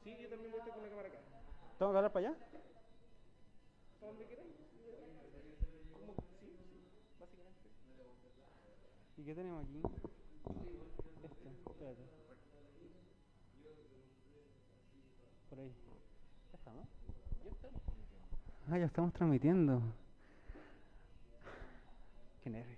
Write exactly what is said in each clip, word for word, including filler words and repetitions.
Sí, yo también voy a estar con la cámara acá. ¿Tengo que hablar para allá? ¿Para dónde quieras? ¿Cómo? Sí, sí, básicamente. ¿Y qué tenemos aquí? Este, espérate. Por ahí. Ya está, ¿no? Ya estamos. Ah, ya estamos transmitiendo. Qué nervio.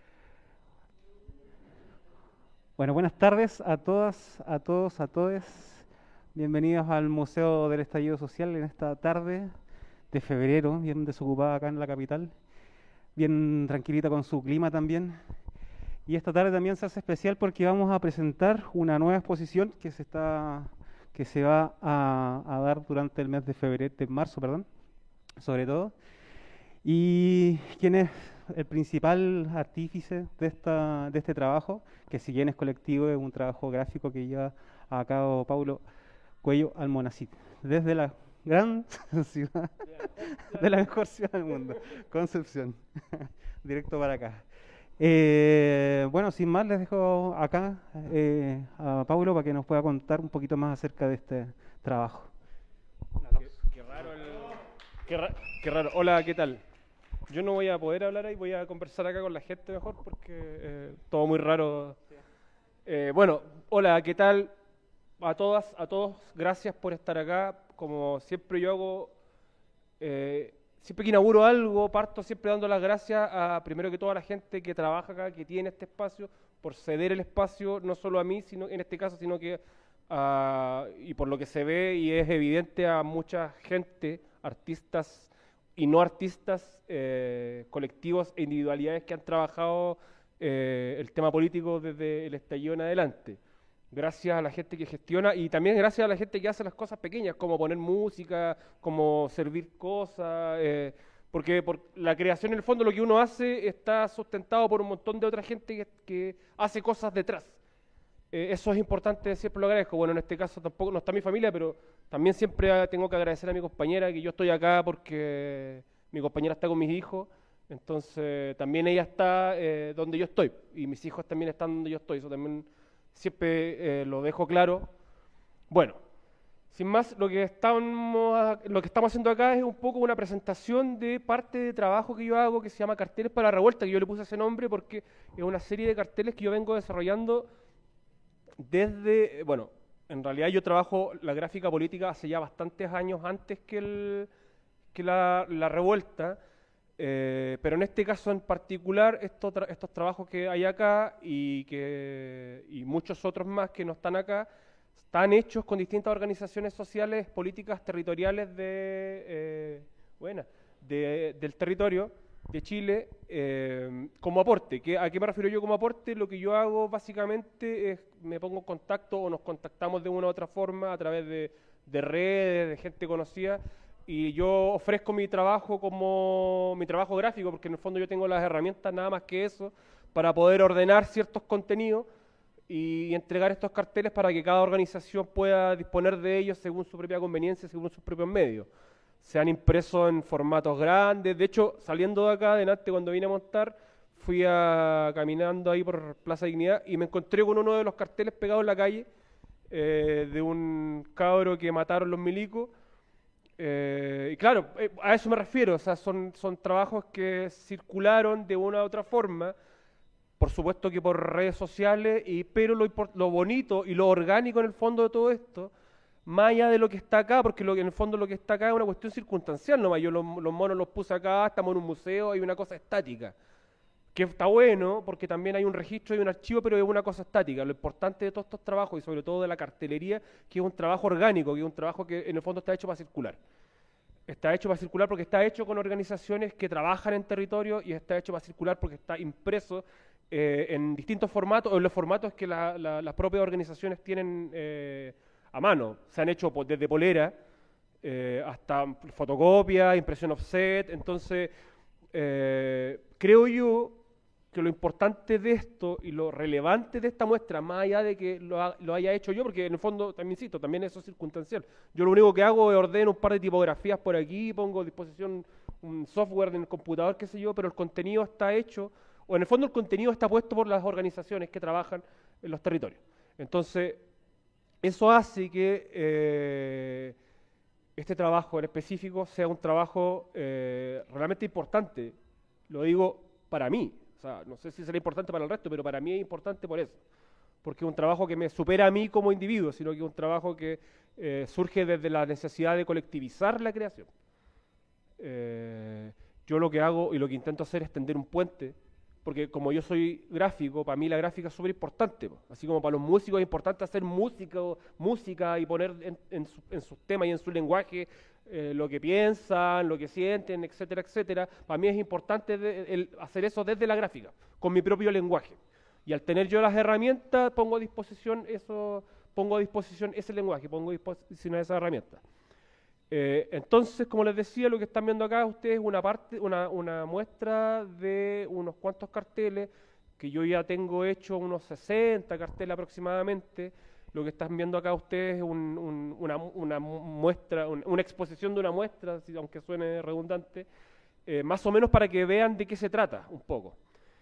Bueno, buenas tardes a todas, a todos, a todes. Bienvenidos al Museo del Estallido Social en esta tarde de febrero, bien desocupada acá en la capital, bien tranquilita con su clima también. Y esta tarde también se hace especial porque vamos a presentar una nueva exposición que se está, que se va a, a dar durante el mes de febrero, de marzo, perdón, sobre todo. Y quién es el principal artífice de, esta, de este trabajo, que si bien es colectivo, es un trabajo gráfico que lleva a cabo Paulo Cuello Almonacid, desde la gran ciudad, de la mejor ciudad del mundo, Concepción, directo para acá. Eh, bueno, sin más, les dejo acá eh, a Paulo para que nos pueda contar un poquito más acerca de este trabajo. Qué, qué raro el... Qué, ra- qué raro. Hola, ¿qué tal? Yo no voy a poder hablar ahí, voy a conversar acá con la gente mejor porque eh, todo muy raro. Eh, bueno, hola, ¿qué tal? A todas, a todos, gracias por estar acá. Como siempre yo hago, eh, siempre que inauguro algo, parto siempre dando las gracias a, primero que todo, a la gente que trabaja acá, que tiene este espacio, por ceder el espacio, no solo a mí, sino en este caso, sino que, a- y por lo que se ve y es evidente, a mucha gente, artistas y no artistas, eh, colectivos e individualidades que han trabajado eh, el tema político desde el estallido en adelante. Gracias a la gente que gestiona y también gracias a la gente que hace las cosas pequeñas, como poner música, como servir cosas, eh, porque por la creación en el fondo lo que uno hace está sustentado por un montón de otra gente que, que hace cosas detrás. Eh, eso es importante, siempre lo agradezco. Bueno, en este caso tampoco no está mi familia, pero también siempre ah, tengo que agradecer a mi compañera que yo estoy acá porque mi compañera está con mis hijos, entonces también ella está eh, donde yo estoy y mis hijos también están donde yo estoy, eso también siempre eh, lo dejo claro. Bueno, sin más, lo que estamos, a- lo que estamos haciendo acá es un poco una presentación de parte de trabajo que yo hago que se llama Carteles para la Revuelta, que yo le puse ese nombre porque es una serie de carteles que yo vengo desarrollando desde, eh, bueno, en realidad yo trabajo la gráfica política hace ya bastantes años antes que, el, que la, la revuelta, eh, pero en este caso en particular estos, tra- estos trabajos que hay acá y, que, y muchos otros más que no están acá, están hechos con distintas organizaciones sociales, políticas, territoriales de, eh, buena, de- del territorio de Chile eh, como aporte. ¿Qué- ¿A qué me refiero yo como aporte? Lo que yo hago básicamente es me pongo en contacto o nos contactamos de una u otra forma a través de, de redes, de gente conocida, y yo ofrezco mi trabajo como mi trabajo gráfico, porque en el fondo yo tengo las herramientas nada más que eso para poder ordenar ciertos contenidos y entregar estos carteles para que cada organización pueda disponer de ellos según su propia conveniencia, según sus propios medios. Se han impreso en formatos grandes. De hecho, saliendo de acá adelante, cuando vine a montar, fui a, caminando ahí por Plaza Dignidad y me encontré con uno de los carteles pegados en la calle eh, de un cabro que mataron los milicos. Eh, y claro, eh, a eso me refiero. O sea, son, son trabajos que circularon de una u otra forma, por supuesto que por redes sociales, y, pero lo, impor- lo bonito y lo orgánico en el fondo de todo esto, más allá de lo que está acá, porque lo que en el fondo lo que está acá es una cuestión circunstancial nomás. Yo los, los monos los puse acá, estamos en un museo, hay una cosa estática, que está bueno porque también hay un registro y un archivo, pero es una cosa estática. Lo importante de todos estos trabajos y sobre todo de la cartelería, que es un trabajo orgánico, que es un trabajo que en el fondo está hecho para circular. Está hecho para circular porque está hecho con organizaciones que trabajan en territorio y está hecho para circular porque está impreso eh, en distintos formatos, o en los formatos que la- la- las propias organizaciones tienen eh, a mano. Se han hecho po- desde polera eh, hasta fotocopia, impresión offset. Entonces, eh, creo yo que lo importante de esto y lo relevante de esta muestra, más allá de que lo, ha- lo haya hecho yo, porque en el fondo, también insisto, también eso es circunstancial. Yo lo único que hago es ordeno un par de tipografías por aquí, pongo a disposición un software en el computador, qué sé yo, pero el contenido está hecho, o en el fondo el contenido está puesto por las organizaciones que trabajan en los territorios. Entonces, eso hace que este trabajo en específico sea un trabajo eh, realmente importante. Lo digo para mí, o sea, no sé si será importante para el resto, pero para mí es importante por eso. Porque es un trabajo que me supera a mí como individuo, sino que es un trabajo que eh, surge desde la necesidad de colectivizar la creación. Eh, yo lo que hago y lo que intento hacer es tender un puente, porque como yo soy gráfico, para mí la gráfica es súper importante, po. Así como para los músicos es importante hacer música, música y poner en, en, su, en sus temas y en su lenguaje eh, lo que piensan, lo que sienten, etcétera, etcétera. Para mí es importante de, el, hacer eso desde la gráfica, con mi propio lenguaje. Y al tener yo las herramientas, pongo a disposición eso, pongo a disposición ese lenguaje, pongo a disposición esas herramientas. Eh, entonces, como les decía, lo que están viendo acá ustedes es una parte, una, una muestra de unos cuantos carteles, que yo ya tengo hecho unos sesenta carteles aproximadamente. Lo que están viendo acá ustedes es un, un, una, una muestra, un, una exposición de una muestra, aunque suene redundante, eh, más o menos para que vean de qué se trata un poco.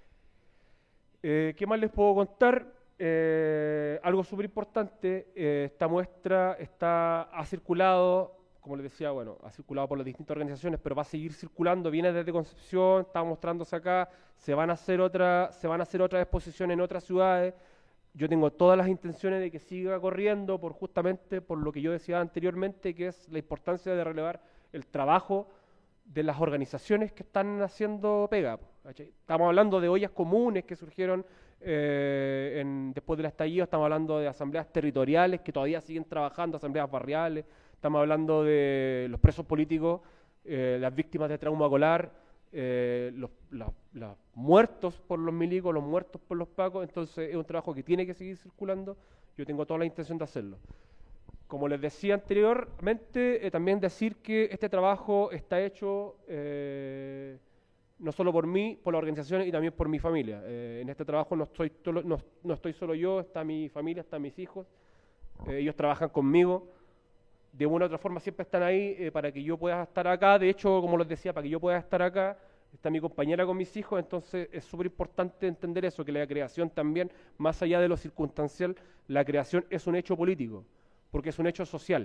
Eh, ¿Qué más les puedo contar? Eh, algo súper importante, eh, esta muestra está, ha circulado, como les decía, bueno, ha circulado por las distintas organizaciones, pero va a seguir circulando, viene desde Concepción, está mostrándose acá, se van a hacer otra, se van a hacer otras exposiciones en otras ciudades. Yo tengo todas las intenciones de que siga corriendo por justamente por lo que yo decía anteriormente, que es la importancia de relevar el trabajo de las organizaciones que están haciendo pega. ¿Cachai? Estamos hablando de ollas comunes que surgieron eh, en, después del estallido, estamos hablando de asambleas territoriales que todavía siguen trabajando, asambleas barriales, estamos hablando de los presos políticos, eh, las víctimas de trauma escolar, eh, los, la, los muertos por los milicos, los muertos por los pacos. Entonces es un trabajo que tiene que seguir circulando, yo tengo toda la intención de hacerlo. Como les decía anteriormente, eh, también decir que este trabajo está hecho eh, no solo por mí, por la organización y también por mi familia. Eh, en este trabajo no estoy, tolo, no, no estoy solo yo, está mi familia, están mis hijos. Eh, ellos trabajan conmigo. De una u otra forma siempre están ahí eh, para que yo pueda estar acá. De hecho, como les decía, para que yo pueda estar acá, está mi compañera con mis hijos. Entonces es súper importante entender eso, que la creación también, más allá de lo circunstancial, la creación es un hecho político. Porque es un hecho social.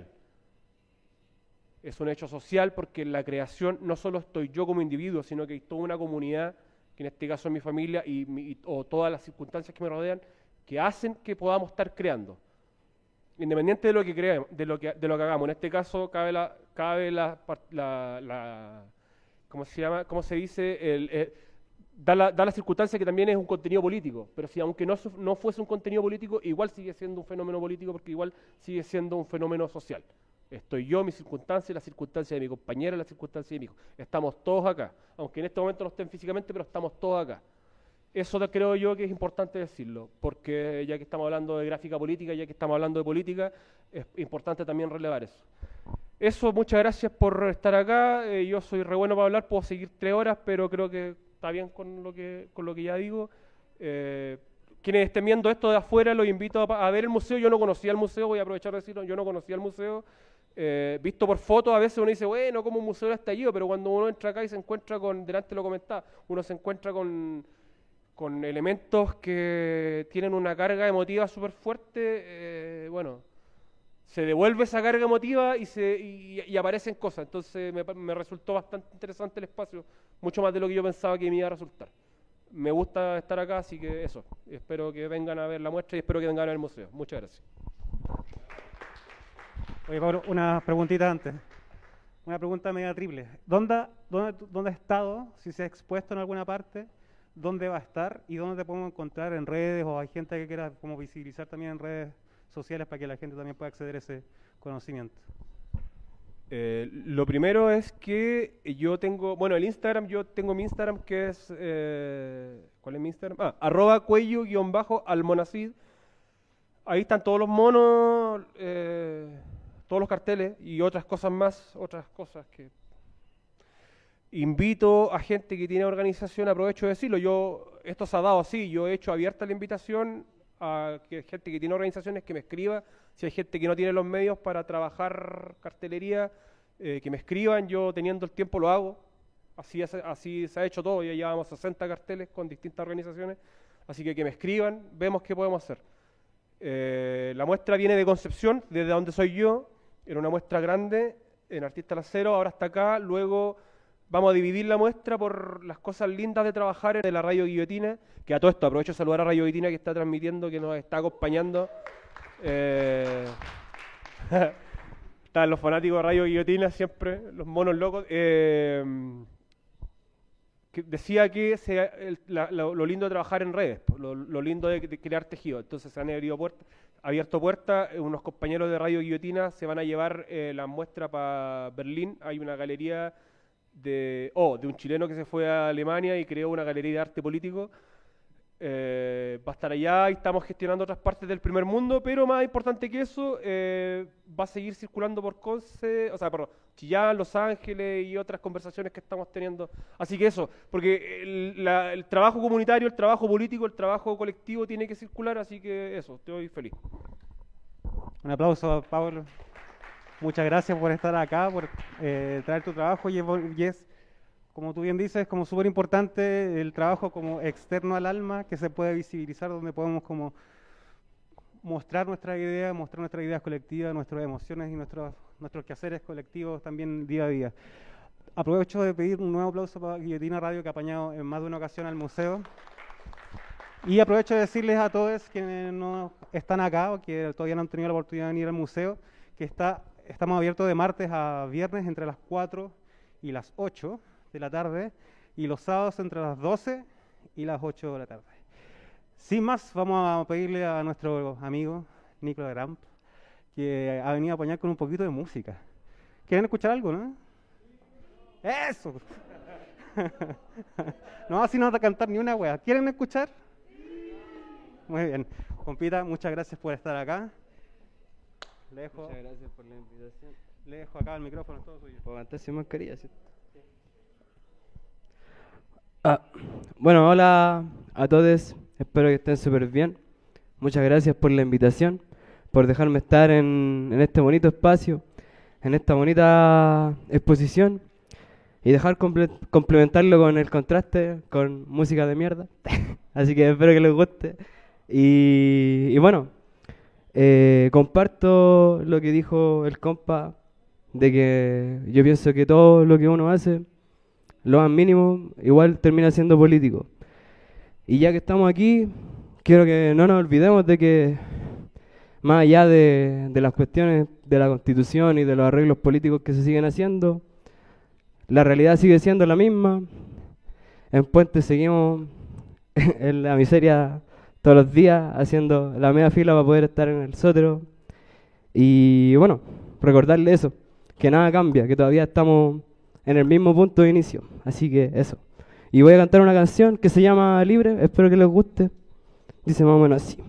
Es un hecho social porque en la creación no solo estoy yo como individuo, sino que hay toda una comunidad, que en este caso es mi familia, y, mi, o todas las circunstancias que me rodean, que hacen que podamos estar creando. Independiente de lo que creemos, de lo que, de lo que hagamos. En este caso cabe la, cabe la, la, la ¿cómo se llama? ¿Cómo se dice? El, el, Da la, da la circunstancia que también es un contenido político, pero si aunque no, no fuese un contenido político, igual sigue siendo un fenómeno político porque igual sigue siendo un fenómeno social. Estoy yo, mi circunstancia, la circunstancia de mi compañera, la circunstancia de mi hijo. Estamos todos acá, aunque en este momento no estén físicamente, pero estamos todos acá. Eso creo yo que es importante decirlo, porque ya que estamos hablando de gráfica política, ya que estamos hablando de política, es importante también relevar eso. Eso, muchas gracias por estar acá. Eh, yo soy re bueno para hablar, puedo seguir tres horas, pero creo que está bien con lo que, con lo que ya digo. Eh, quienes estén viendo esto de afuera, los invito a, a ver el museo. Yo no conocía el museo, voy a aprovechar de decirlo, yo no conocía el museo. Eh, visto por fotos, a veces uno dice, bueno, como un museo está estallido, pero cuando uno entra acá y se encuentra con, delante lo comentaba, uno se encuentra con, con elementos que tienen una carga emotiva súper fuerte, eh, bueno, se devuelve esa carga emotiva y, se, y, y aparecen cosas. Entonces me, me resultó bastante interesante el espacio, mucho más de lo que yo pensaba que me iba a resultar. Me gusta estar acá, así que eso. Espero que vengan a ver la muestra y espero que vengan a ver el museo. Muchas gracias. Oye, Pablo, una preguntita antes. Una pregunta media triple. ¿Dónde, dónde, ¿Dónde ha estado? Si se ha expuesto en alguna parte, ¿dónde va a estar? ¿Y dónde te podemos encontrar en redes? ¿O hay gente que quiera como visibilizar también en redes sociales para que la gente también pueda acceder a ese conocimiento? Eh, lo primero es que yo tengo, bueno, el Instagram, yo tengo mi Instagram que es, eh, ¿cuál es mi Instagram? Ah, arroba cuello guión bajo almonacid. Ahí están todos los monos, eh, todos los carteles y otras cosas más, otras cosas que invito a gente que tiene organización, aprovecho de decirlo, yo, esto se ha dado así, yo he hecho abierta la invitación a que gente que tiene organizaciones que me escriba, si hay gente que no tiene los medios para trabajar cartelería, eh, que me escriban, yo teniendo el tiempo lo hago, así, es, así se ha hecho todo, ya llevamos sesenta carteles con distintas organizaciones, así que que me escriban, vemos qué podemos hacer. Eh, la muestra viene de Concepción, desde donde soy yo, era una muestra grande, en Artista al Acero, ahora está acá, luego vamos a dividir la muestra por las cosas lindas de trabajar en la Radio Guillotina, que a todo esto aprovecho de saludar a Radio Guillotina que está transmitiendo, que nos está acompañando. Eh, están los fanáticos de Radio Guillotina siempre, los monos locos. Eh, que decía que se, el, la, lo, lo lindo de trabajar en redes, lo, lo lindo de, de crear tejido, entonces se han abierto puertas, abierto puertas, unos compañeros de Radio Guillotina se van a llevar eh, la muestra para Berlín, hay una galería de, oh, de un chileno que se fue a Alemania y creó una galería de arte político. Eh, va a estar allá y estamos gestionando otras partes del primer mundo, pero más importante que eso, eh, va a seguir circulando por Conce, o sea, por Chillán, Los Ángeles y otras conversaciones que estamos teniendo. Así que eso, porque el, la, el trabajo comunitario, el trabajo político, el trabajo colectivo tiene que circular, así que eso, estoy feliz. Un aplauso a Pablo. Muchas gracias por estar acá, por eh, traer tu trabajo y es, como tú bien dices, como súper importante el trabajo como externo al alma, que se puede visibilizar, donde podemos como mostrar nuestras ideas, mostrar nuestras ideas colectivas, nuestras emociones y nuestros, nuestros quehaceres colectivos también día a día. Aprovecho de pedir un nuevo aplauso para Guillotina Radio, que ha apañado en más de una ocasión al museo. Y aprovecho de decirles a todos quienes no están acá o que todavía no han tenido la oportunidad de venir al museo, que está, estamos abiertos de martes a viernes entre las cuatro y las ocho de la tarde y los sábados entre las doce y las ocho de la tarde. Sin más, vamos a pedirle a nuestro amigo Nicolás Gramp que ha venido a apañar con un poquito de música. ¿Quieren escuchar algo, no? ¡Eso! No, así no vas a cantar ni una wea. ¿Quieren escuchar? Muy bien. Compita, muchas gracias por estar acá. Le dejo, muchas gracias por la invitación. Le dejo acá el micrófono, es todo suyo. Puedo cantar sin mascarilla, ¿cierto? Sí. Ah, bueno, hola a todos. Espero que estén súper bien. Muchas gracias por la invitación, por dejarme estar en, en este bonito espacio, en esta bonita exposición y dejar comple complementarlo con el contraste, con música de mierda. Así que espero que les guste. Y, y bueno, eh, comparto lo que dijo el compa, de que yo pienso que todo lo que uno hace, lo más mínimo, igual termina siendo político. Y ya que estamos aquí, quiero que no nos olvidemos de que más allá de, de las cuestiones de la Constitución y de los arreglos políticos que se siguen haciendo, la realidad sigue siendo la misma. En Puente seguimos en la miseria todos los días, haciendo la media fila para poder estar en el sótero. Y bueno, recordarle eso, que nada cambia, que todavía estamos en el mismo punto de inicio. Así que eso. Y voy a cantar una canción que se llama Libre, espero que les guste. Dice más o menos así.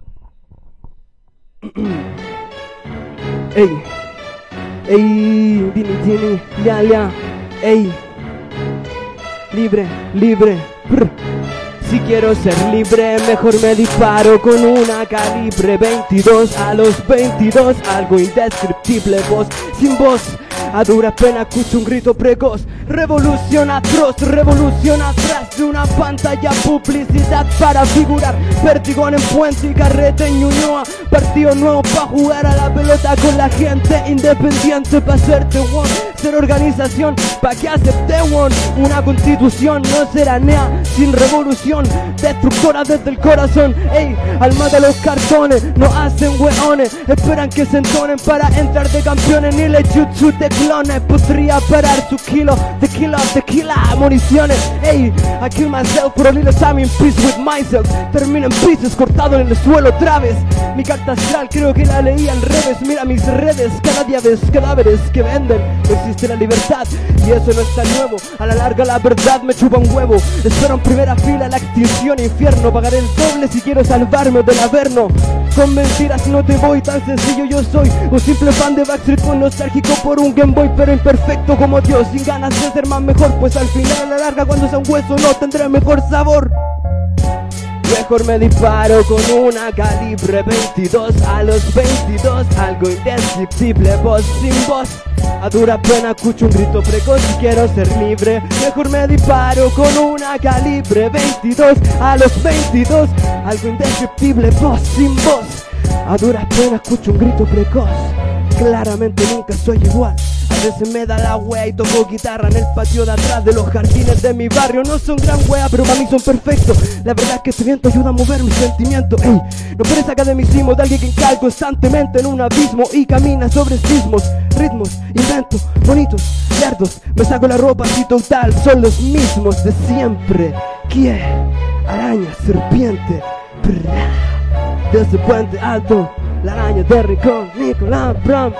Ey, ey, dini, dini, ya, ya, ey, libre, libre, brr. Si quiero ser libre, mejor me disparo con una calibre veintidós a los veintidós, algo indescriptible, voz sin voz. A duras penas escucho un grito precoz. Revolución atroz, revolución atrás de una pantalla, publicidad para figurar. Perdigón en Puente y Carrete en Ñuñoa. Partido nuevo pa' jugar a la pelota con la gente. Independiente pa' hacerte one. Ser organización pa' que acepte one. Una constitución no será nea sin revolución. Destructora desde el corazón. Ey, alma de los cartones, no hacen weones. Esperan que se entonen para entrar de campeones. Ni le jutsu de clones podría parar su kilo. Tequila, tequila, municiones. Ey, I kill myself for a little time in peace with myself. Termino en pieces, cortado en el suelo otra vez. Mi carta astral creo que la leí al revés. Mira mis redes, cada día ves cadáveres que venden. No existe la libertad y eso no es tan nuevo. A la larga la verdad me chupa un huevo. Espero en primera fila la extinción, infierno. Pagaré el doble si quiero salvarme del averno. Con mentiras no te voy, tan sencillo yo soy. Un simple fan de Backstreet Boys, nostálgico por un Game Boy, pero imperfecto como Dios, sin ganas de ser más mejor. Pues al final a la larga cuando sea un hueso no tendré mejor sabor. Mejor me disparo con una calibre veintidós a los veintidós, algo indescriptible, voz sin voz. A dura pena escucho un grito precoz y quiero ser libre. Mejor me disparo con una calibre veintidós a los veintidós, algo indescriptible, voz sin voz. A dura pena escucho un grito precoz. Claramente nunca soy igual. tarde se me da la wea y toco guitarra en el patio de atrás de los jardines de mi barrio. No son gran wea, pero para mí son perfectos. La verdad es que este viento ayuda a mover mis sentimientos. Ey, no parece academicismo de alguien que cae constantemente en un abismo y camina sobre sismos, ritmos, inventos, bonitos, lerdos. Me saco la ropa y total, son los mismos de siempre. ¿Qué? Araña, serpiente, brrr. Desde Puente Alto, la araña de Rincón, Nicolás Bram.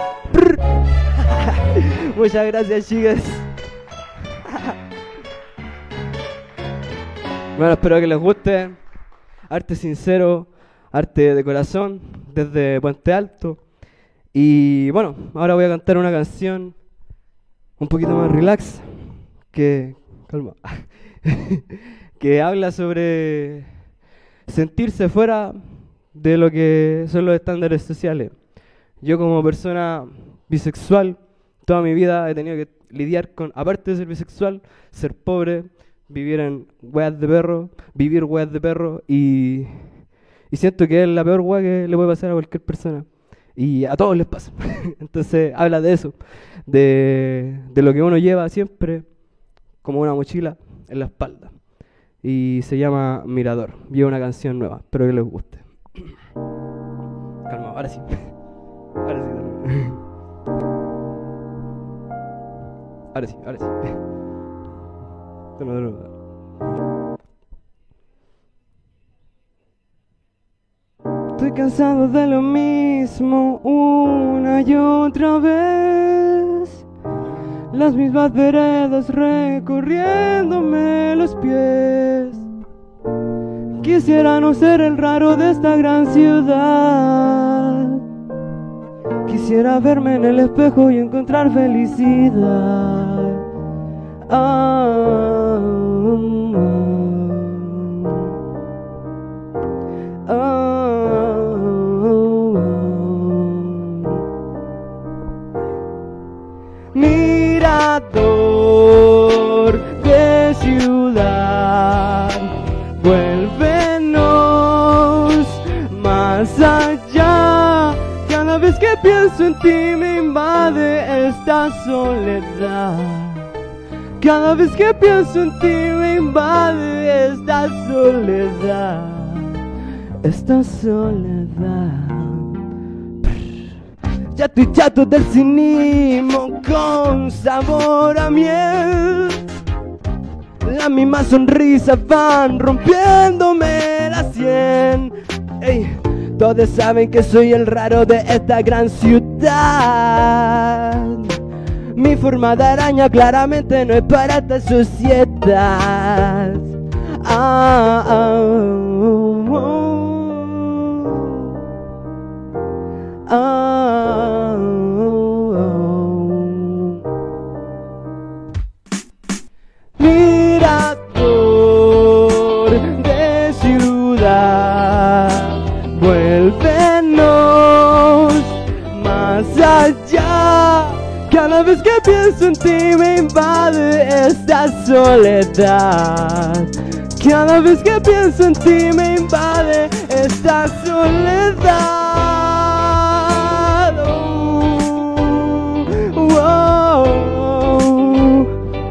Muchas gracias, chicas. Bueno, espero que les guste. Arte sincero, arte de corazón, desde Puente Alto. Y bueno, ahora voy a cantar una canción un poquito más relax, que, calma, que habla sobre sentirse fuera de lo que son los estándares sociales. Yo como persona bisexual, toda mi vida he tenido que lidiar con, aparte de ser bisexual, ser pobre, vivir en weas de perro, vivir weas de perro y, y siento que es la peor wea que le puede pasar a cualquier persona. Y a todos les pasa. Entonces habla de eso, de, de lo que uno lleva siempre como una mochila en la espalda. Y se llama Mirador. Y es una canción nueva, espero que les guste. Calma, ahora sí. Ahora sí. Ahora sí, ahora sí. De nuevo, de nuevo. Estoy cansado de lo mismo una y otra vez. Las mismas veredas recorriéndome los pies. Quisiera no ser el raro de esta gran ciudad. Quisiera verme en el espejo y encontrar felicidad. Ah, ah, ah, Mirador de ciudad, vuélvenos más allá. Cada vez que pienso en ti me invade esta soledad. Cada vez que pienso en ti me invade esta soledad. Esta soledad. Ya estoy chato del cinismo con sabor a miel. Las mismas sonrisas van rompiéndome la sien. Ey, todos saben que soy el raro de esta gran ciudad. Mi forma de araña claramente no es para esta sociedad. Ah, ah, oh, oh, ah, oh, oh. Mirador de ciudad, vuélvenos más allá. Cada vez que pienso en ti me invade esta soledad. Cada vez que pienso en ti me invade esta soledad. Oh, oh, oh.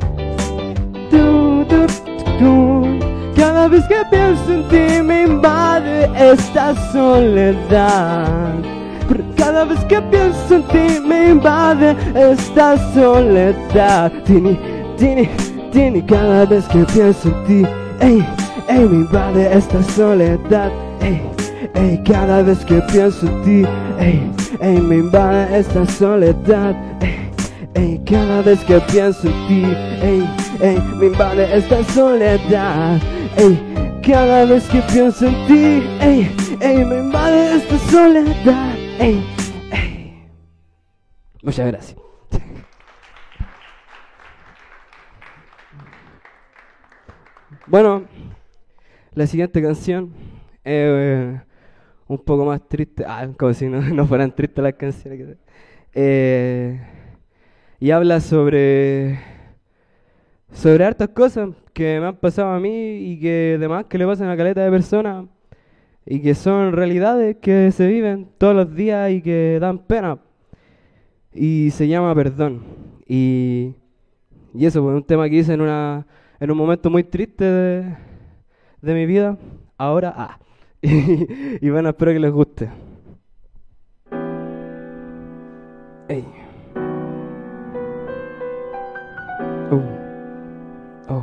Tu, tu, tu. Cada vez que pienso en ti me invade esta soledad. Cada vez que pienso en ti me invade esta soledad. Tini, tini, tini. Cada vez que pienso en ti, ey, ey, me invade esta soledad. Ey, ey, cada vez que pienso en ti, ey, ey, me invade esta soledad. Ey, ey, cada vez que pienso en ti, ey, ey, me invade esta soledad. Ey, cada vez que pienso en ti, ey, ey, me invade esta soledad. Ey, ey. Muchas gracias. Bueno, la siguiente canción es eh, un poco más triste. Ah, como si no, no fueran tristes las canciones que eh, y habla sobre sobre hartas cosas que me han pasado a mí y que además que le pasan a caleta de personas y que son realidades que se viven todos los días y que dan pena. Y se llama Perdón. Y, y eso, pues, un tema que hice en, una, en un momento muy triste de, de mi vida. Ahora, ah. y, y bueno, espero que les guste. Ey. Oh. Oh.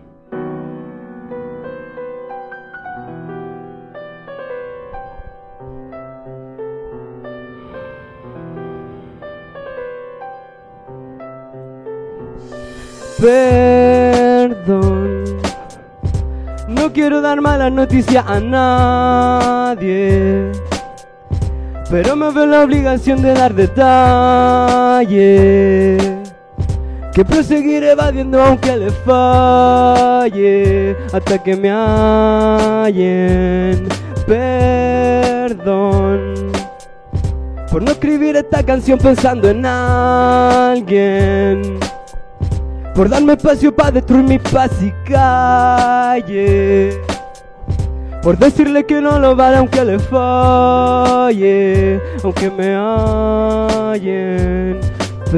Perdón, no quiero dar malas noticias a nadie, pero me veo la obligación de dar detalles que proseguiré evadiendo aunque le falle hasta que me hallen. Perdón por no escribir esta canción pensando en alguien, por darme espacio para destruir mi paz y calle, por decirle que no lo vale aunque le falle, aunque me hallen.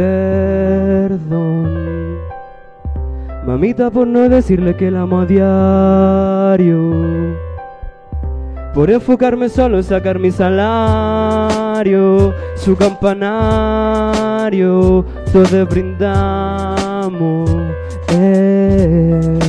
Perdón, mamita, por no decirle que la amo a diario, por enfocarme solo en sacar mi salario, su campanario, todos brindamos. Eh.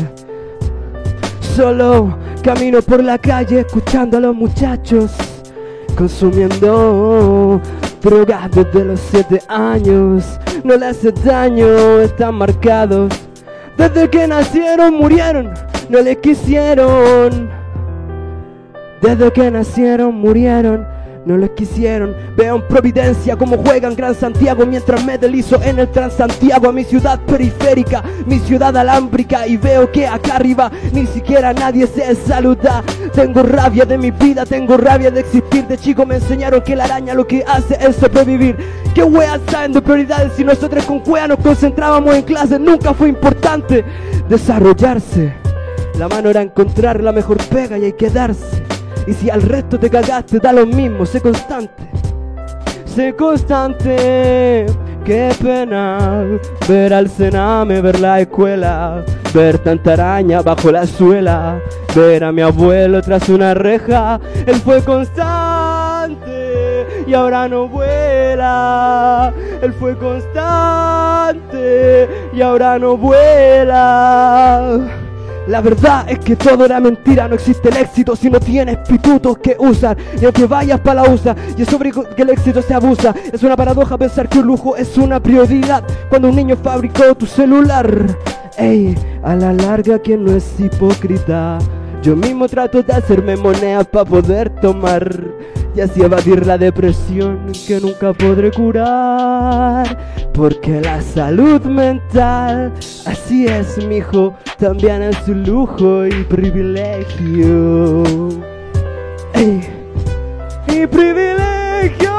Solo camino por la calle escuchando a los muchachos consumiendo drogas desde los siete años. No le hace daño, están marcados. Desde que nacieron murieron, no les quisieron. Desde que nacieron murieron, no les quisieron. Veo en Providencia cómo juegan Gran Santiago mientras me deslizo en el Transantiago a mi ciudad periférica, mi ciudad alámbrica, y veo que acá arriba ni siquiera nadie se saluda. Tengo rabia de mi vida, tengo rabia de existir. De chico me enseñaron que la araña lo que hace es sobrevivir. ¿Qué weas saben de prioridades si nosotros con cuea nos concentrábamos en clases? Nunca fue importante desarrollarse. La mano era encontrar la mejor pega y hay que darse. Y si al resto te cagaste, da lo mismo, sé constante. Sé constante. Qué pena ver al Sename, ver la escuela, ver tanta araña bajo la suela, ver a mi abuelo tras una reja. Él fue constante y ahora no vuela. Él fue constante y ahora no vuela. La verdad es que todo era mentira, no existe el éxito si no tienes pitutos que usar. Y aunque vayas para la U S A y es sobre que el éxito se abusa, es una paradoja pensar que un lujo es una prioridad cuando un niño fabricó tu celular. Ey, a la larga quien no es hipócrita, yo mismo trato de hacerme monedas para poder tomar y así evadir la depresión que nunca podré curar. Porque la salud mental, así es mijo, también es un lujo y privilegio. Ey, y privilegio.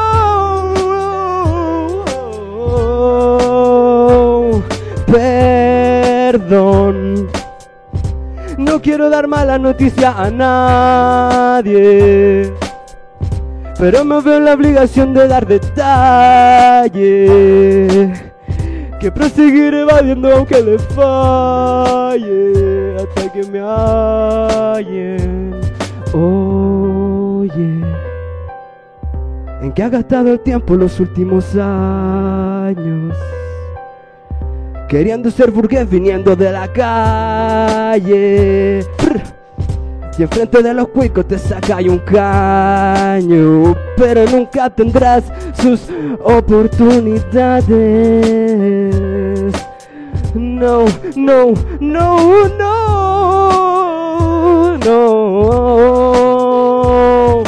Perdón, no quiero dar mala noticia a nadie, pero me veo en la obligación de dar detalles que proseguir evadiendo aunque le falle hasta que me hallen. Oye, ¿en qué ha gastado el tiempo los últimos años? Queriendo ser burgués viniendo de la calle. Prr. Y enfrente de los cuicos te saca un caño, pero nunca tendrás sus oportunidades. No, no, no, no, no.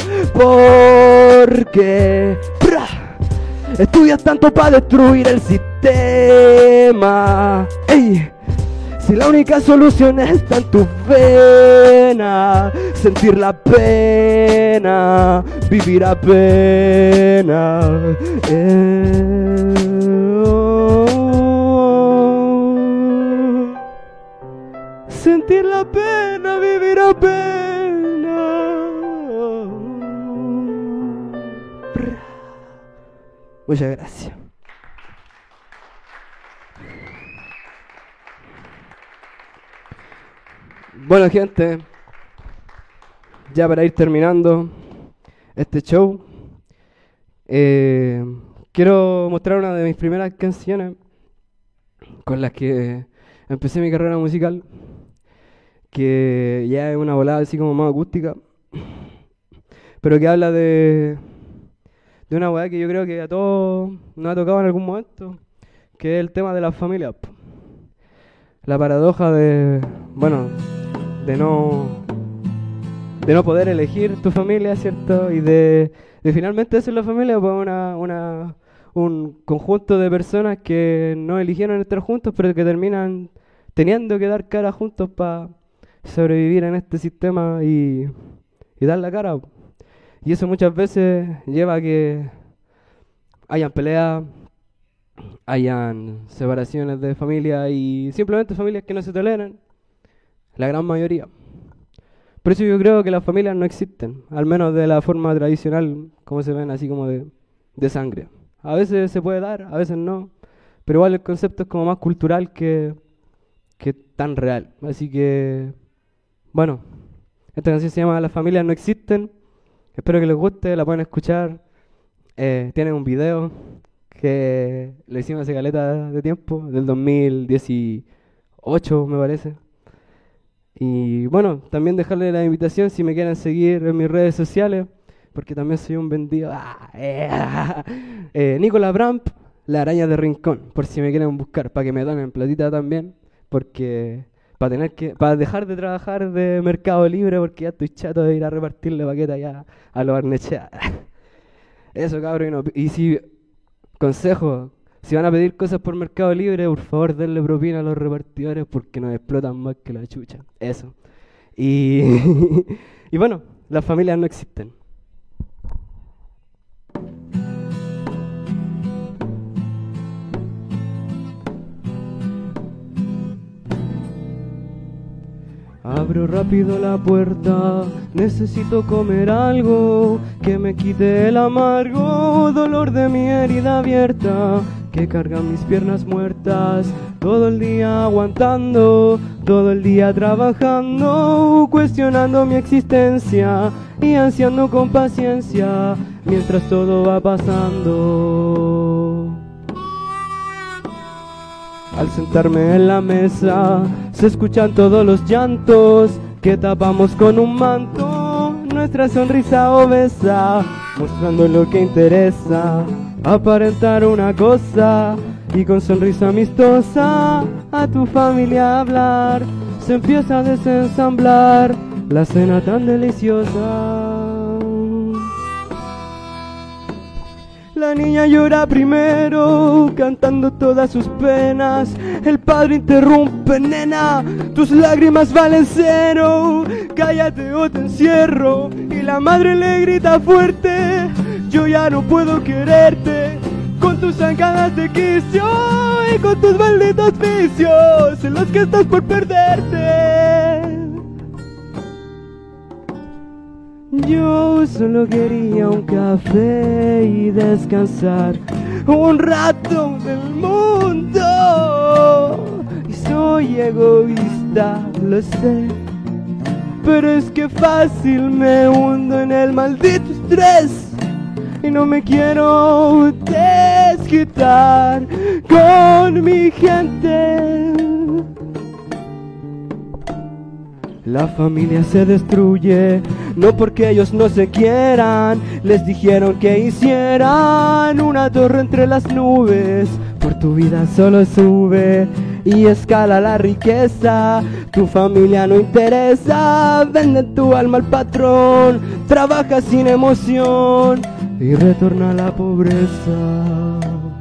Porque ¡pra! Estudias tanto para destruir el sistema. ¡Ey! Si la única solución está en tu vena, sentir la pena, vivir apenas. Eh, oh, sentir la pena, vivir apenas. Muchas gracias. Bueno, gente, ya para ir terminando este show, eh, quiero mostrar una de mis primeras canciones con las que empecé mi carrera musical, que ya es una volada así como más acústica, pero que habla de, de una weá que yo creo que a todos nos ha tocado en algún momento, que es el tema de la familia. La paradoja de, bueno, de no, de no poder elegir tu familia, ¿cierto? Y de, de finalmente eso es la familia, pues una, una, un conjunto de personas que no eligieron estar juntos, pero que terminan teniendo que dar cara juntos para sobrevivir en este sistema y, y dar la cara. Y eso muchas veces lleva a que hayan peleas, hayan separaciones de familia y simplemente familias que no se toleran, la gran mayoría. Por eso yo creo que las familias no existen, al menos de la forma tradicional, como se ven, así como de, de sangre. A veces se puede dar, a veces no, pero igual el concepto es como más cultural que, que tan real. Así que, bueno, esta canción se llama Las familias no existen. Espero que les guste, la pueden escuchar. Eh, tiene un video que lo hicimos hace caleta de tiempo, del dos mil dieciocho me parece. Y bueno, también dejarle la invitación si me quieren seguir en mis redes sociales, porque también soy un vendido. Ah, eh, eh, Nicolás Bramp, la araña de Rincón, por si me quieren buscar, para que me donen platita también, porque para tener que, para dejar de trabajar de Mercado Libre, porque ya estoy chato de ir a repartirle paquetas ya a los Arnechea. Eso, cabrón. Y, no, y si, consejo, si van a pedir cosas por Mercado Libre, por favor denle propina a los repartidores porque nos explotan más que la chucha. Eso. Y, y bueno, las familias no existen. Abro rápido la puerta, necesito comer algo que me quite el amargo dolor de mi herida abierta, que carga mis piernas muertas, todo el día aguantando, todo el día trabajando, cuestionando mi existencia y ansiando con paciencia, mientras todo va pasando. Al sentarme en la mesa, se escuchan todos los llantos que tapamos con un manto, nuestra sonrisa obesa, mostrando lo que interesa, aparentar una cosa y con sonrisa amistosa a tu familia hablar, se empieza a desensamblar la cena tan deliciosa. La niña llora primero, cantando todas sus penas. El padre interrumpe, nena, tus lágrimas valen cero. Cállate o te encierro. Y la madre le grita fuerte, yo ya no puedo quererte. Con tus zancadas de quicio y con tus malditos vicios en los que estás por perderte. Yo solo quería un café y descansar un rato del mundo. Y soy egoísta, lo sé, pero es que fácil me hundo en el maldito estrés. Y no me quiero desquitar con mi gente. La familia se destruye, no porque ellos no se quieran. Les dijeron que hicieran una torre entre las nubes. Por tu vida solo sube y escala la riqueza. Tu familia no interesa, vende tu alma al patrón. Trabaja sin emoción y retorna a la pobreza.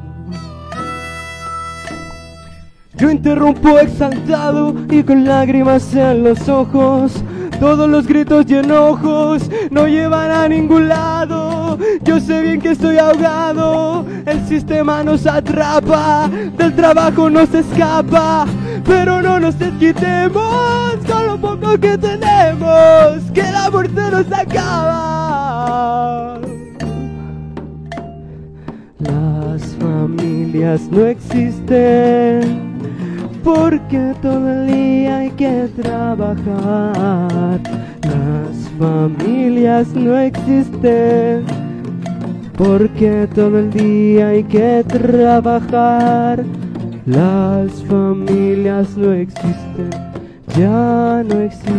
Yo interrumpo exaltado y con lágrimas en los ojos. Todos los gritos y enojos no llevan a ningún lado. Yo sé bien que estoy ahogado, el sistema nos atrapa, del trabajo no se escapa. Pero no nos desquitemos con lo poco que tenemos, que la muerte nos acaba. La Las familias no existen porque todo el día hay que trabajar. Las familias no existen porque todo el día hay que trabajar. Las familias no existen, ya no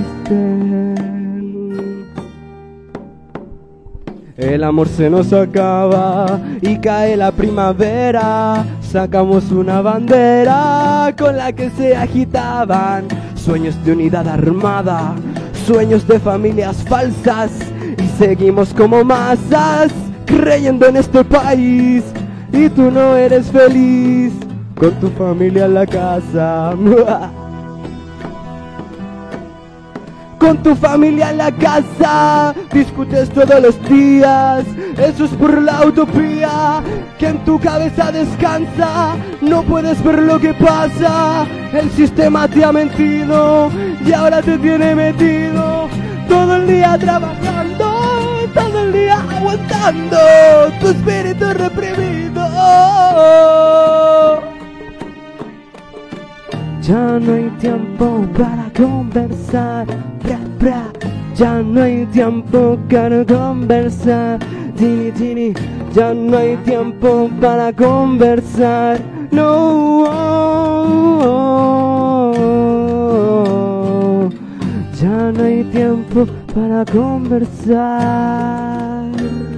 existen. El amor se nos acaba y cae la primavera. Sacamos una bandera con la que se agitaban sueños de unidad armada, sueños de familias falsas, y seguimos como masas creyendo en este país. Y tú no eres feliz con tu familia en la casa. Con tu familia en la casa discutes todos los días. Eso es por la utopía que en tu cabeza descansa. No puedes ver lo que pasa. El sistema te ha mentido y ahora te tiene metido. Todo el día trabajando, todo el día aguantando tu espíritu reprimido. Ya no hay tiempo para conversar, bra, bra. Ya no hay tiempo para conversar, tini, tini. Ya no hay tiempo para conversar, no. Ya no hay tiempo para conversar.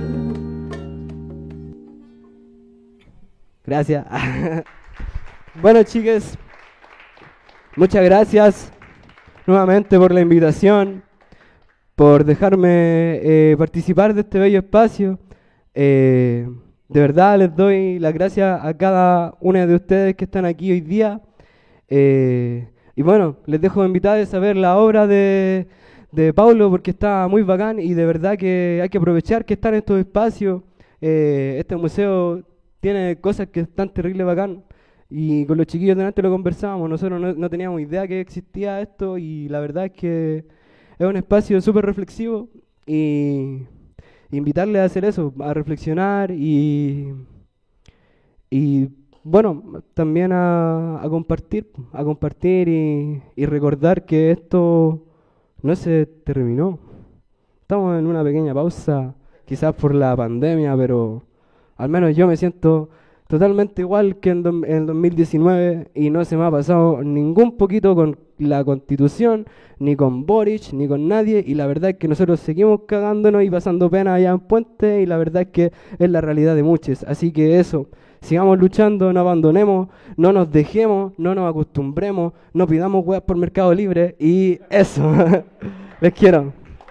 Gracias. Bueno, chicas, muchas gracias nuevamente por la invitación, por dejarme eh, participar de este bello espacio. Eh, de verdad les doy las gracias a cada una de ustedes que están aquí hoy día. Eh, y bueno, les dejo invitados a ver la obra de, de Paulo porque está muy bacán y de verdad que hay que aprovechar que están en estos espacios. Eh, este museo tiene cosas que están terrible bacán. Y con los chiquillos delante lo conversábamos, nosotros no, no teníamos idea que existía esto y la verdad es que es un espacio súper reflexivo y invitarles a hacer eso, a reflexionar y, y bueno, también a, a compartir, a compartir y, y recordar que esto no se terminó. Estamos en una pequeña pausa, quizás por la pandemia, pero al menos yo me siento totalmente igual que en, do, en dos mil diecinueve y no se me ha pasado ningún poquito con la Constitución, ni con Boric, ni con nadie, y la verdad es que nosotros seguimos cagándonos y pasando pena allá en Puente, y la verdad es que es la realidad de muchos. Así que eso, sigamos luchando, no abandonemos, no nos dejemos, no nos acostumbremos, no pidamos weas por Mercado Libre, y eso. Les quiero.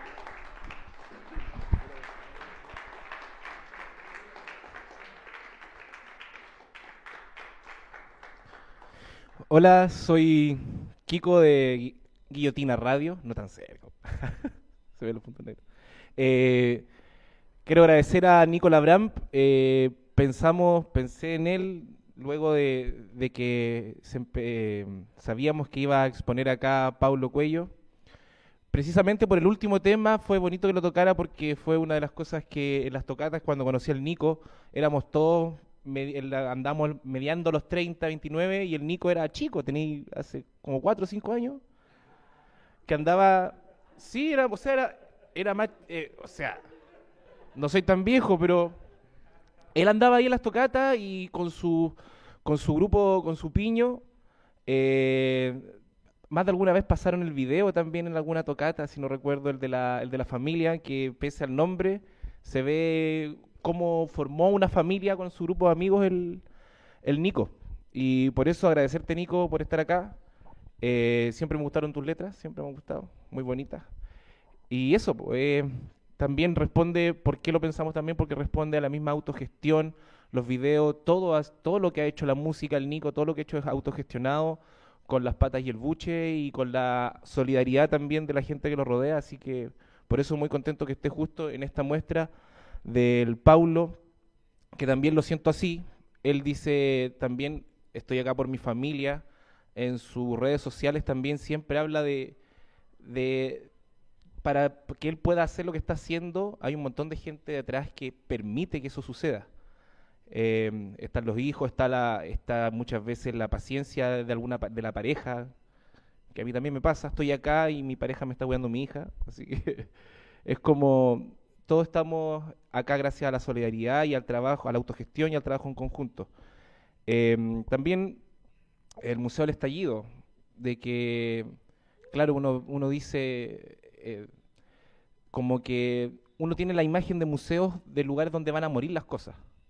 Hola, soy Kiko de Gui- Guillotina Radio, no tan serio, se ven los puntos negros. Eh, quiero agradecer a Nicola Bramp, eh, pensamos, pensé en él luego de, de que se empe- eh, sabíamos que iba a exponer acá Paulo Cuello. Precisamente por el último tema fue bonito que lo tocara porque fue una de las cosas que en las tocatas cuando conocí al Nico éramos todos me- el- andamos mediando los treinta, veintinueve y el Nico era chico, tenía hace como cuatro o cinco años, que andaba, sí, era, o sea, era, era más, eh, o sea, no soy tan viejo, pero él andaba ahí en las tocatas y con su, con su grupo, con su piño, eh, más de alguna vez pasaron el video también en alguna tocata, si no recuerdo, el de la, el de la familia, que pese al nombre, se ve cómo formó una familia con su grupo de amigos el, el Nico. Y por eso agradecerte, Nico, por estar acá. Eh, siempre me gustaron tus letras, siempre me han gustado, muy bonitas. Y eso, pues, eh, también responde, ¿por qué lo pensamos también? Porque responde a la misma autogestión, los videos, todo, as- todo lo que ha hecho la música, el Nico, todo lo que ha hecho es autogestionado, con las patas y el buche y con la solidaridad también de la gente que lo rodea, así que por eso muy contento que esté justo en esta muestra del Paulo, que también lo siento así. Él dice también, estoy acá por mi familia, en sus redes sociales también siempre habla de, de para que él pueda hacer lo que está haciendo, hay un montón de gente detrás que permite que eso suceda. Eh, están los hijos, está, la, está muchas veces la paciencia de alguna pa- de la pareja, que a mí también me pasa, estoy acá y mi pareja me está cuidando mi hija, así que es como todos estamos acá gracias a la solidaridad y al trabajo, a la autogestión y al trabajo en conjunto. Eh, también el Museo del Estallido, de que, claro, uno, uno dice, eh, como que uno tiene la imagen de museos de lugares donde van a morir las cosas.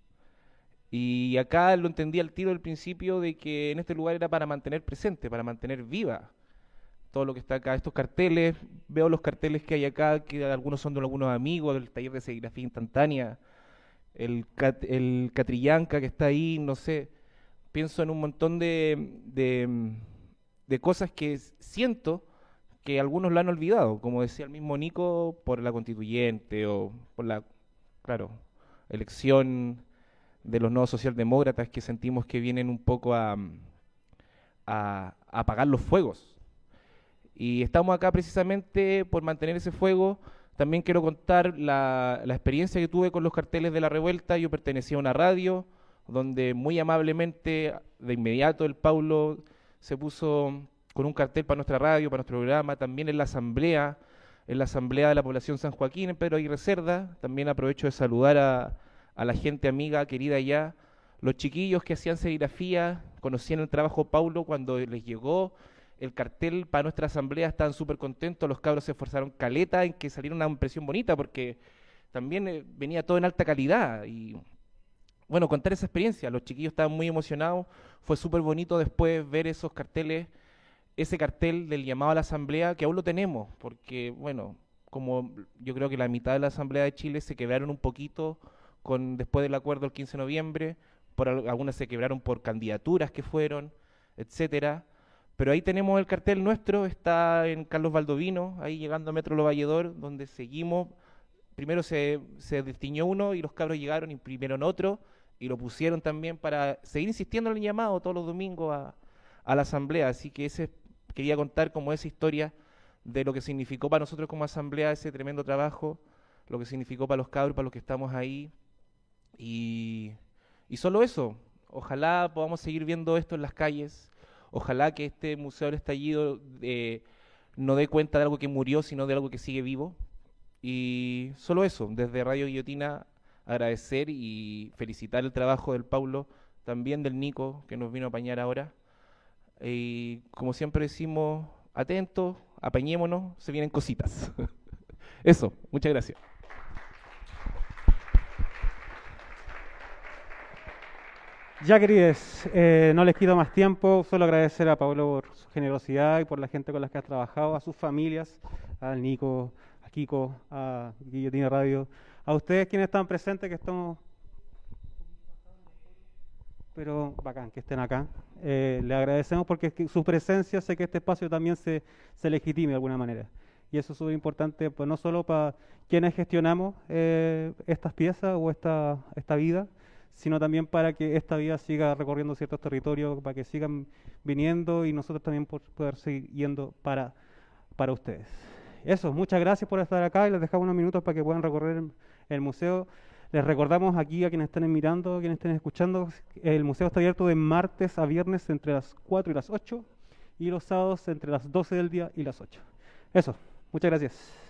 Y acá lo entendí al tiro del principio de que en este lugar era para mantener presente, para mantener viva todo lo que está acá. Estos carteles, veo los carteles que hay acá, que algunos son de algunos amigos, del taller de serigrafía instantánea, el, cat, el Catrillanca que está ahí, no sé. Pienso en un montón de, de, de cosas que siento que algunos lo han olvidado, como decía el mismo Nico, por la constituyente o por la, claro, elección de los nuevos socialdemócratas que sentimos que vienen un poco a, a, a apagar los fuegos. Y estamos acá precisamente por mantener ese fuego. También quiero contar la, la experiencia que tuve con los carteles de la revuelta. Yo pertenecía a una radio donde muy amablemente, de inmediato, el Paulo se puso con un cartel para nuestra radio, para nuestro programa, también en la asamblea, en la asamblea de la población San Joaquín, en Pedro Aguirre Cerda. También aprovecho de saludar a, a la gente amiga, querida allá, los chiquillos que hacían serigrafía, conocían el trabajo de Paulo cuando les llegó el cartel para nuestra asamblea, estaban súper contentos, los cabros se esforzaron caleta en que saliera una impresión bonita, porque también eh, venía todo en alta calidad, y bueno, contar esa experiencia, los chiquillos estaban muy emocionados, fue súper bonito después ver esos carteles, ese cartel del llamado a la asamblea, que aún lo tenemos, porque bueno, como yo creo que la mitad de la asamblea de Chile se quebraron un poquito con después del acuerdo del quince de noviembre, por al- algunas se quebraron por candidaturas que fueron, etcétera. Pero ahí tenemos el cartel nuestro, está en Carlos Baldovino, ahí llegando a Metro Lo Valledor, donde seguimos. Primero se, se destiñó uno y los cabros llegaron, imprimieron otro y lo pusieron también para seguir insistiendo en el llamado todos los domingos a, a la asamblea. Así que ese quería contar como esa historia de lo que significó para nosotros como asamblea ese tremendo trabajo, lo que significó para los cabros, para los que estamos ahí. Y, y solo eso, ojalá podamos seguir viendo esto en las calles, ojalá que este Museo del Estallido eh, no dé cuenta de algo que murió, sino de algo que sigue vivo. Y solo eso, desde Radio Guillotina agradecer y felicitar el trabajo del Paulo, también del Nico, que nos vino a apañar ahora. Y como siempre decimos, atentos, apañémonos, se vienen cositas. Eso, muchas gracias. Ya, queridos, eh, no les quito más tiempo, solo agradecer a Pablo por su generosidad y por la gente con la que ha trabajado, a sus familias, al Nico, a Kiko, a Guillotina Radio, a ustedes quienes están presentes, que estamos, pero bacán que estén acá. Eh, les agradecemos porque es que su presencia hace que este espacio también se, se legitime de alguna manera. Y eso es súper importante, pues no solo para quienes gestionamos eh, estas piezas o esta, esta vida, sino también para que esta vida siga recorriendo ciertos territorios, para que sigan viniendo y nosotros también por poder seguir yendo para, para ustedes. Eso, muchas gracias por estar acá y les dejamos unos minutos para que puedan recorrer el, el museo. Les recordamos aquí a quienes estén mirando, a quienes estén escuchando, el museo está abierto de martes a viernes entre las cuatro y las ocho y los sábados entre las doce del día y las ocho. Eso, muchas gracias.